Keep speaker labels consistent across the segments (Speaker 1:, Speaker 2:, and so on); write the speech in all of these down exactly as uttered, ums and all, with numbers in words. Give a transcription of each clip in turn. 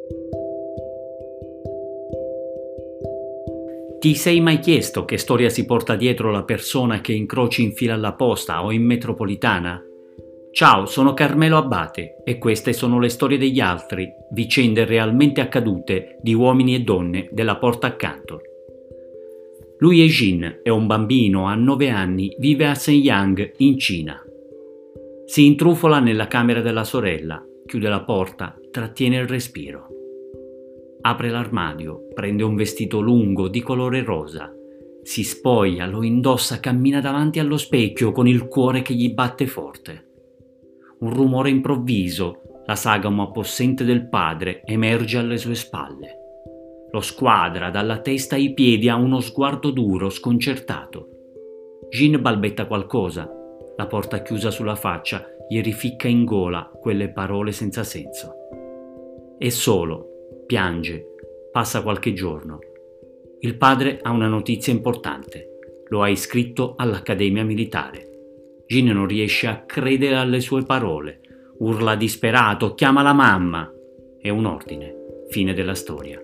Speaker 1: Ti sei mai chiesto che storia si porta dietro la persona che incroci in fila alla posta o in metropolitana? Ciao, sono Carmelo Abbate e queste sono le storie degli altri, vicende realmente accadute di uomini e donne della porta accanto. Lui è Jin, è un bambino, ha nove anni, vive a Shenyang, in Cina. Si intrufola nella camera della sorella, chiude la porta, trattiene il respiro. Apre l'armadio, prende un vestito lungo di colore rosa, si spoglia, lo indossa, cammina davanti allo specchio con il cuore che gli batte forte. Un rumore improvviso, la sagoma possente del padre, emerge alle sue spalle. Lo squadra dalla testa ai piedi, ha uno sguardo duro, sconcertato. Jin balbetta qualcosa, la porta chiusa sulla faccia gli rificca in gola quelle parole senza senso. È solo. Piange, passa qualche giorno. Il padre ha una notizia importante, lo ha iscritto all'Accademia Militare. Jin non riesce a credere alle sue parole, urla disperato, chiama la mamma. È un ordine, fine della storia.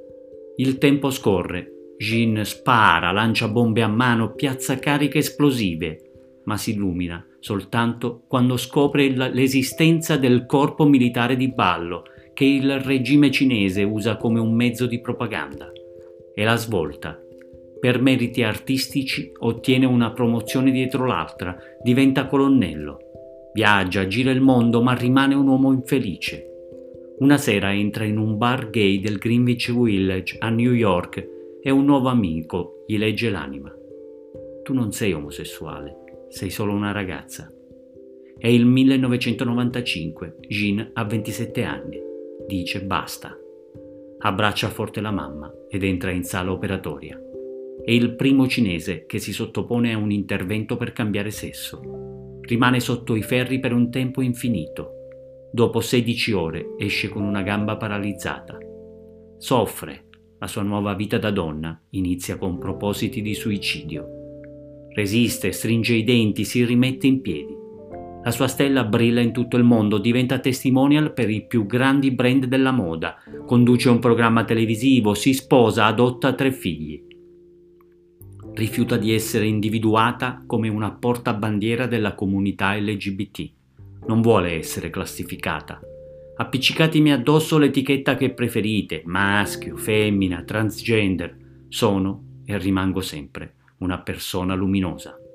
Speaker 1: Il tempo scorre, Jin spara, lancia bombe a mano, piazza cariche esplosive, ma si illumina soltanto quando scopre l'esistenza del corpo militare di ballo che il regime cinese usa come un mezzo di propaganda. E la svolta. Per meriti artistici ottiene una promozione dietro l'altra, diventa colonnello. Viaggia, gira il mondo, ma rimane un uomo infelice. Una sera entra in un bar gay del Greenwich Village a New York e un nuovo amico gli legge l'anima. Tu non sei omosessuale, sei solo una ragazza. È il millenovecentonovantacinque, Jin ha ventisette anni. Dice basta. Abbraccia forte la mamma ed entra in sala operatoria. È il primo cinese che si sottopone a un intervento per cambiare sesso. Rimane sotto i ferri per un tempo infinito. Dopo sedici ore esce con una gamba paralizzata. Soffre. La sua nuova vita da donna inizia con propositi di suicidio. Resiste, stringe i denti, si rimette in piedi. La sua stella brilla in tutto il mondo, diventa testimonial per i più grandi brand della moda, conduce un programma televisivo, si sposa, adotta tre figli. Rifiuta di essere individuata come una portabandiera della comunità L G B T. Non vuole essere classificata. Appiccicatemi addosso l'etichetta che preferite, maschio, femmina, transgender. Sono e rimango sempre una persona luminosa.